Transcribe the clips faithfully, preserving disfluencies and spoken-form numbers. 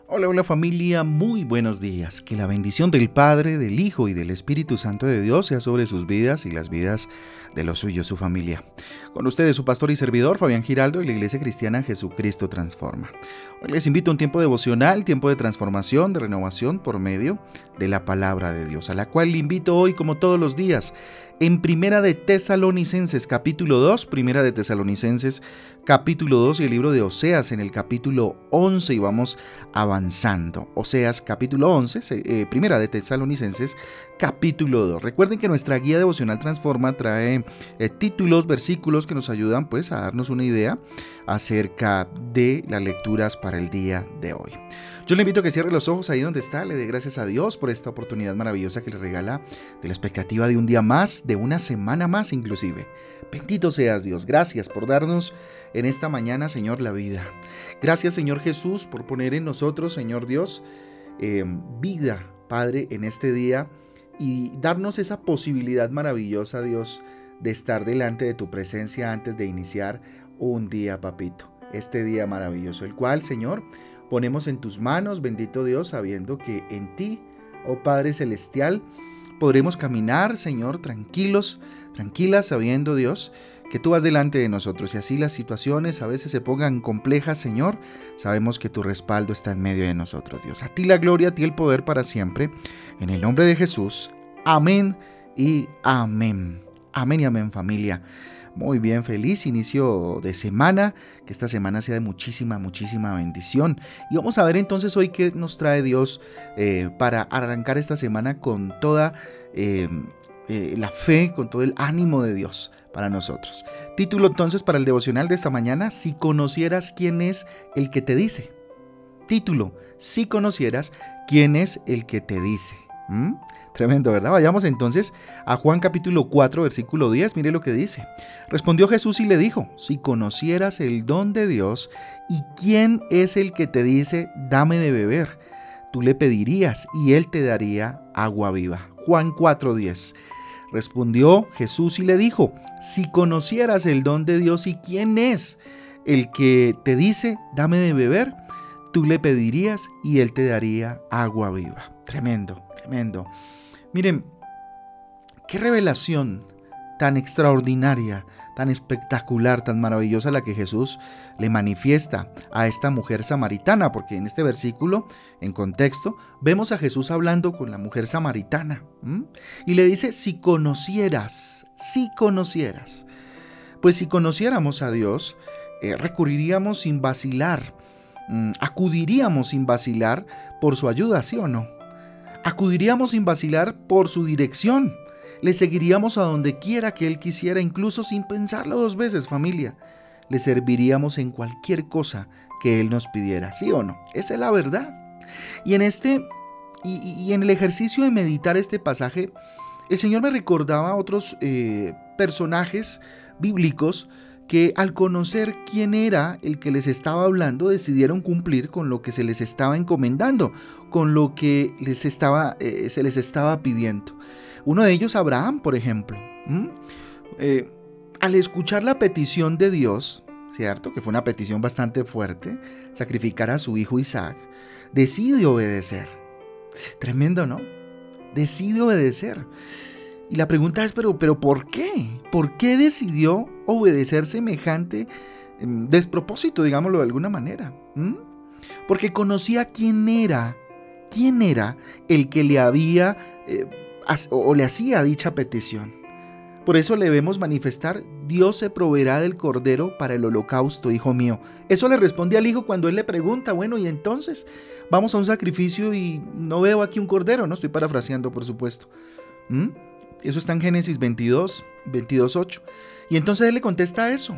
Hola, hola familia, muy buenos días. Que la bendición del Padre, del Hijo y del Espíritu Santo de Dios sea sobre sus vidas y las vidas de los suyos, su familia. Con ustedes su pastor y servidor Fabián Giraldo y la Iglesia Cristiana Jesucristo Transforma. Hoy les invito a un tiempo devocional, tiempo de transformación, de renovación por medio de la palabra de Dios, a la cual le invito hoy como todos los días en Primera de Tesalonicenses capítulo dos, Primera de Tesalonicenses capítulo dos y el libro de Oseas en el capítulo once, y vamos avanzando. Oseas capítulo once, eh, Primera de Tesalonicenses capítulo dos. Recuerden que nuestra guía devocional Transforma trae eh, títulos, versículos que nos ayudan pues a darnos una idea acerca de las lecturas para el día de hoy. Yo le invito a que cierre los ojos ahí donde está, le dé gracias a Dios por esta oportunidad maravillosa que le regala, de la expectativa de un día más, de una semana más inclusive. Bendito seas Dios, gracias por darnos en esta mañana, Señor, la vida. Gracias, Señor Jesús, por poner en nosotros, Señor Dios, eh, vida, Padre, en este día y darnos esa posibilidad maravillosa, Dios, de estar delante de tu presencia antes de iniciar un día, papito. Este día maravilloso, el cual, Señor, ponemos en tus manos, bendito Dios, sabiendo que en ti, oh Padre Celestial, podremos caminar, Señor, tranquilos, tranquilas, sabiendo, Dios, que tú vas delante de nosotros. Y así las situaciones a veces se pongan complejas, Señor, sabemos que tu respaldo está en medio de nosotros, Dios. A ti la gloria, a ti el poder para siempre. En el nombre de Jesús. Amén y amén. Amén y amén, familia. Muy bien, feliz inicio de semana, que esta semana sea de muchísima, muchísima bendición. Y vamos a ver entonces hoy qué nos trae Dios eh, para arrancar esta semana con toda eh, eh, la fe, con todo el ánimo de Dios para nosotros. Título entonces para el devocional de esta mañana: si conocieras quién es el que te dice. Título: si conocieras quién es el que te dice. ¿Mm? Tremendo, ¿verdad? Vayamos entonces a Juan capítulo cuatro, versículo diez. Mire lo que dice. Respondió Jesús y le dijo: si conocieras el don de Dios y quién es el que te dice, dame de beber, tú le pedirías y él te daría agua viva. Juan cuatro diez. Respondió Jesús y le dijo: si conocieras el don de Dios y quién es el que te dice, dame de beber, tú le pedirías y él te daría agua viva. Tremendo, tremendo. Miren, qué revelación tan extraordinaria, tan espectacular, tan maravillosa la que Jesús le manifiesta a esta mujer samaritana, porque en este versículo, en contexto, vemos a Jesús hablando con la mujer samaritana, ¿m? Y le dice: si conocieras, si conocieras. Pues si conociéramos a Dios, eh, recurriríamos sin vacilar, mm, acudiríamos sin vacilar por su ayuda, ¿sí o no? Acudiríamos sin vacilar por su dirección. Le seguiríamos a donde quiera que Él quisiera, incluso sin pensarlo dos veces, familia. Le serviríamos en cualquier cosa que Él nos pidiera, ¿sí o no? Esa es la verdad. Y en este, y, y en el ejercicio de meditar este pasaje, el Señor me recordaba a otros eh, personajes bíblicos que al conocer quién era el que les estaba hablando, decidieron cumplir con lo que se les estaba encomendando, con lo que les estaba, eh, se les estaba pidiendo. Uno de ellos, Abraham, por ejemplo. ¿Mm? Eh, al escuchar la petición de Dios, ¿cierto? Que fue una petición bastante fuerte, sacrificar a su hijo Isaac, decide obedecer. Tremendo, ¿no? Decide obedecer. Y la pregunta es, ¿pero, pero por qué? ¿Por qué decidió obedecer semejante eh, despropósito, digámoslo de alguna manera? ¿Mm? Porque conocía quién era, quién era el que le había eh, o le hacía dicha petición. Por eso le vemos manifestar: Dios se proveerá del cordero para el holocausto, hijo mío. Eso le responde al hijo cuando él le pregunta: bueno, y entonces vamos a un sacrificio y no veo aquí un cordero, no estoy parafraseando, por supuesto. ¿Mm? Eso está en Génesis veintidós, veintidós ocho. Y entonces él le contesta eso.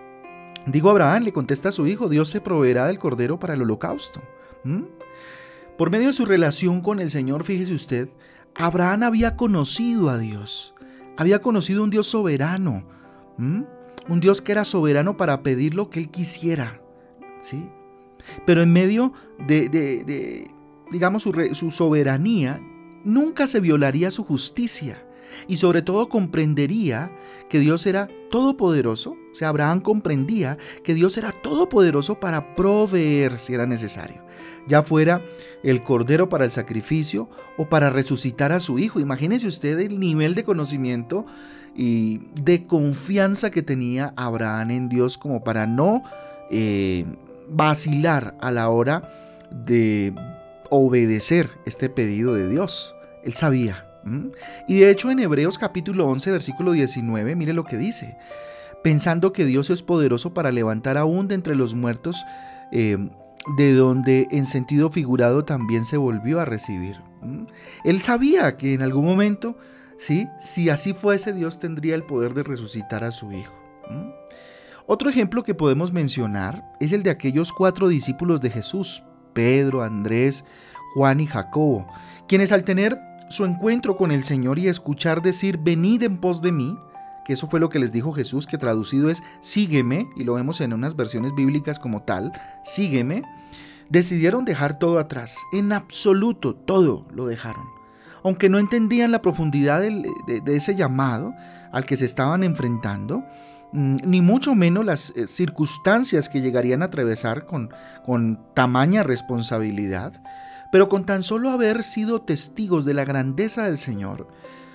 Digo, Abraham le contesta a su hijo: Dios se proveerá del cordero para el holocausto. ¿Mm? Por medio de su relación con el Señor, fíjese usted, Abraham había conocido a Dios. Había conocido un Dios soberano. ¿Mm? Un Dios que era soberano para pedir lo que él quisiera. ¿Sí? Pero en medio de, de, de digamos, su, su soberanía, nunca se violaría su justicia. Y sobre todo comprendería que Dios era todopoderoso. O sea, Abraham comprendía que Dios era todopoderoso para proveer si era necesario, ya fuera el cordero para el sacrificio o para resucitar a su hijo. Imagínese usted el nivel de conocimiento y de confianza que tenía Abraham en Dios como para no eh, vacilar a la hora de obedecer este pedido de Dios. Él sabía. ¿Mm? Y de hecho en Hebreos capítulo once versículo diecinueve, mire lo que dice: pensando que Dios es poderoso para levantar aún de entre los muertos, eh, de donde en sentido figurado también se volvió a recibir. ¿Mm? Él sabía que en algún momento, ¿sí?, si así fuese, Dios tendría el poder de resucitar a su hijo. ¿Mm? Otro ejemplo que podemos mencionar es el de aquellos cuatro discípulos de Jesús: Pedro, Andrés, Juan y Jacobo, quienes al tener su encuentro con el Señor y escuchar decir venid en pos de mí, que eso fue lo que les dijo Jesús, que traducido es sígueme, y lo vemos en unas versiones bíblicas como tal, sígueme, decidieron dejar todo atrás, en absoluto todo lo dejaron. Aunque no entendían la profundidad de, de, de ese llamado al que se estaban enfrentando, ni mucho menos las eh, circunstancias que llegarían a atravesar con, con tamaña responsabilidad, pero con tan solo haber sido testigos de la grandeza del Señor,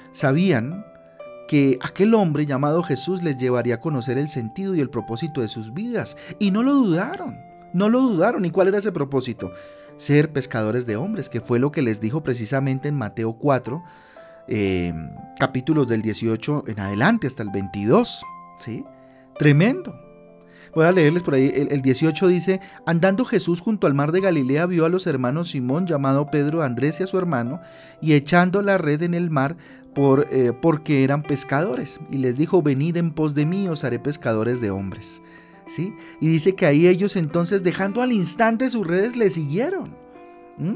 sabían que aquel hombre llamado Jesús les llevaría a conocer el sentido y el propósito de sus vidas, y no lo dudaron, no lo dudaron. ¿Y cuál era ese propósito? Ser pescadores de hombres, que fue lo que les dijo precisamente en Mateo cuatro, eh, capítulos del dieciocho en adelante hasta el veintidós, ¿sí? Tremendo. Voy a leerles por ahí, el, el dieciocho dice: andando Jesús junto al mar de Galilea, vio a los hermanos Simón, llamado Pedro, Andrés y a su hermano, y echando la red en el mar, por, eh, porque eran pescadores, y les dijo: venid en pos de mí, os haré pescadores de hombres. ¿Sí? Y dice que ahí ellos entonces, dejando al instante sus redes, le siguieron. ¿Mm?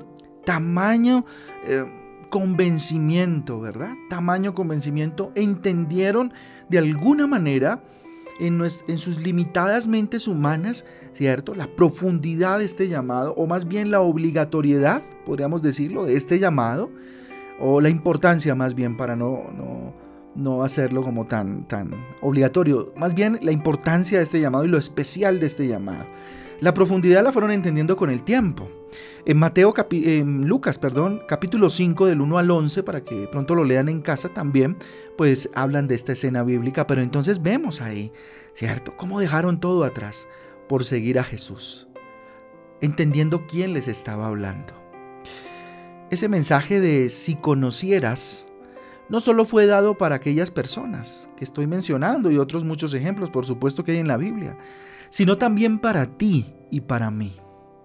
Tamaño eh, convencimiento, ¿verdad? Tamaño convencimiento. Entendieron de alguna manera En, nues- en sus limitadas mentes humanas, ¿cierto?, la profundidad de este llamado, o más bien la obligatoriedad, podríamos decirlo, de este llamado, o la importancia más bien, para no, no, no hacerlo como tan, tan obligatorio, más bien la importancia de este llamado y lo especial de este llamado. La profundidad la fueron entendiendo con el tiempo. En Mateo, capi- en Lucas, perdón, capítulo cinco del uno al once, para que pronto lo lean en casa también, pues hablan de esta escena bíblica, pero entonces vemos ahí, ¿cierto?, cómo dejaron todo atrás por seguir a Jesús, entendiendo quién les estaba hablando. Ese mensaje de si conocieras no solo fue dado para aquellas personas que estoy mencionando y otros muchos ejemplos, por supuesto, que hay en la Biblia, sino también para ti y para mí.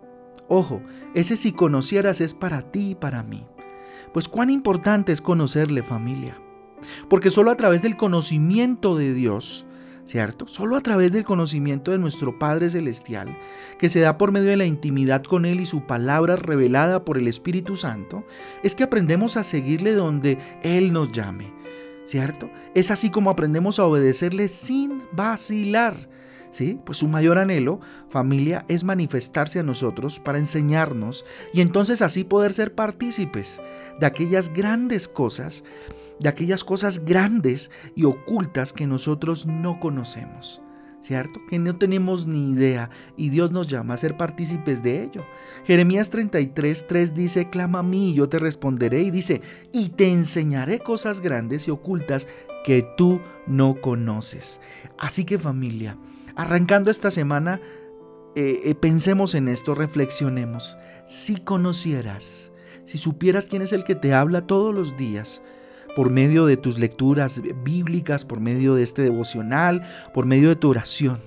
Ojo, ese si conocieras es para ti y para mí. Pues cuán importante es conocerle, familia. Porque solo a través del conocimiento de Dios, ¿cierto?, solo a través del conocimiento de nuestro Padre Celestial, que se da por medio de la intimidad con Él y su palabra revelada por el Espíritu Santo, es que aprendemos a seguirle donde Él nos llame, ¿cierto? Es así como aprendemos a obedecerle sin vacilar. ¿Sí? Pues su mayor anhelo, familia, es manifestarse a nosotros para enseñarnos y entonces así poder ser partícipes de aquellas grandes cosas, de aquellas cosas grandes y ocultas que nosotros no conocemos, ¿cierto? Que no tenemos ni idea, y Dios nos llama a ser partícipes de ello. Jeremías treinta y tres, tres dice: clama a mí y yo te responderé, y dice: y te enseñaré cosas grandes y ocultas que tú no conoces. Así que, familia, arrancando esta semana, eh, eh, pensemos en esto, reflexionemos. Si conocieras, si supieras quién es el que te habla todos los días, por medio de tus lecturas bíblicas, por medio de este devocional, por medio de tu oración,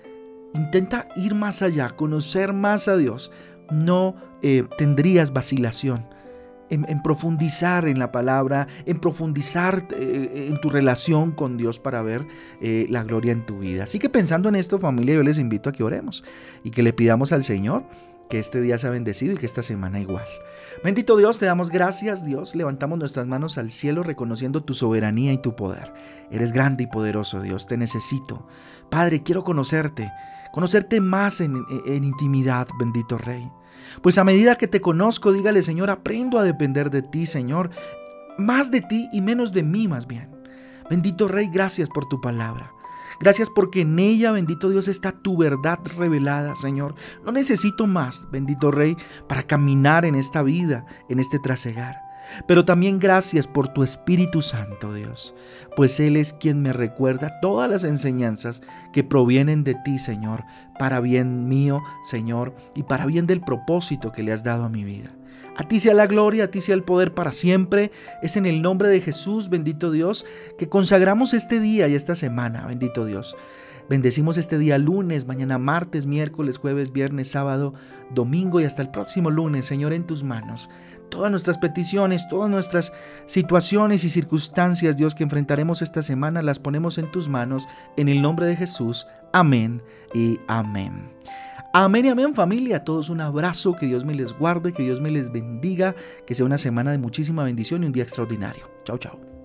intenta ir más allá, conocer más a Dios. No eh, tendrías vacilación En, en profundizar en la palabra, en profundizar eh, en tu relación con Dios para ver eh, la gloria en tu vida. Así que pensando en esto, familia, yo les invito a que oremos y que le pidamos al Señor que este día sea bendecido y que esta semana igual. Bendito Dios, te damos gracias, Dios. Levantamos nuestras manos al cielo reconociendo tu soberanía y tu poder. Eres grande y poderoso, Dios. Te necesito. Padre, quiero conocerte, conocerte más en, en, en intimidad, bendito Rey. Pues a medida que te conozco, dígale: Señor, aprendo a depender de ti, Señor. más de ti y menos de mí más bien. Bendito Rey, gracias por tu palabra. Gracias porque en ella, bendito Dios, está tu verdad revelada, Señor. No necesito más, bendito Rey, para caminar en esta vida, en este trasegar. Pero también gracias por tu Espíritu Santo, Dios, pues Él es quien me recuerda todas las enseñanzas que provienen de ti, Señor, para bien mío, Señor, y para bien del propósito que le has dado a mi vida. A ti sea la gloria, a ti sea el poder para siempre. Es en el nombre de Jesús, bendito Dios, que consagramos este día y esta semana, bendito Dios. Bendecimos este día lunes, mañana martes, miércoles, jueves, viernes, sábado, domingo y hasta el próximo lunes, Señor, en tus manos. Todas nuestras peticiones, todas nuestras situaciones y circunstancias, Dios, que enfrentaremos esta semana, las ponemos en tus manos, en el nombre de Jesús. Amén y amén. Amén y amén, familia. A todos un abrazo, que Dios me les guarde, que Dios me les bendiga, que sea una semana de muchísima bendición y un día extraordinario. Chao, chao.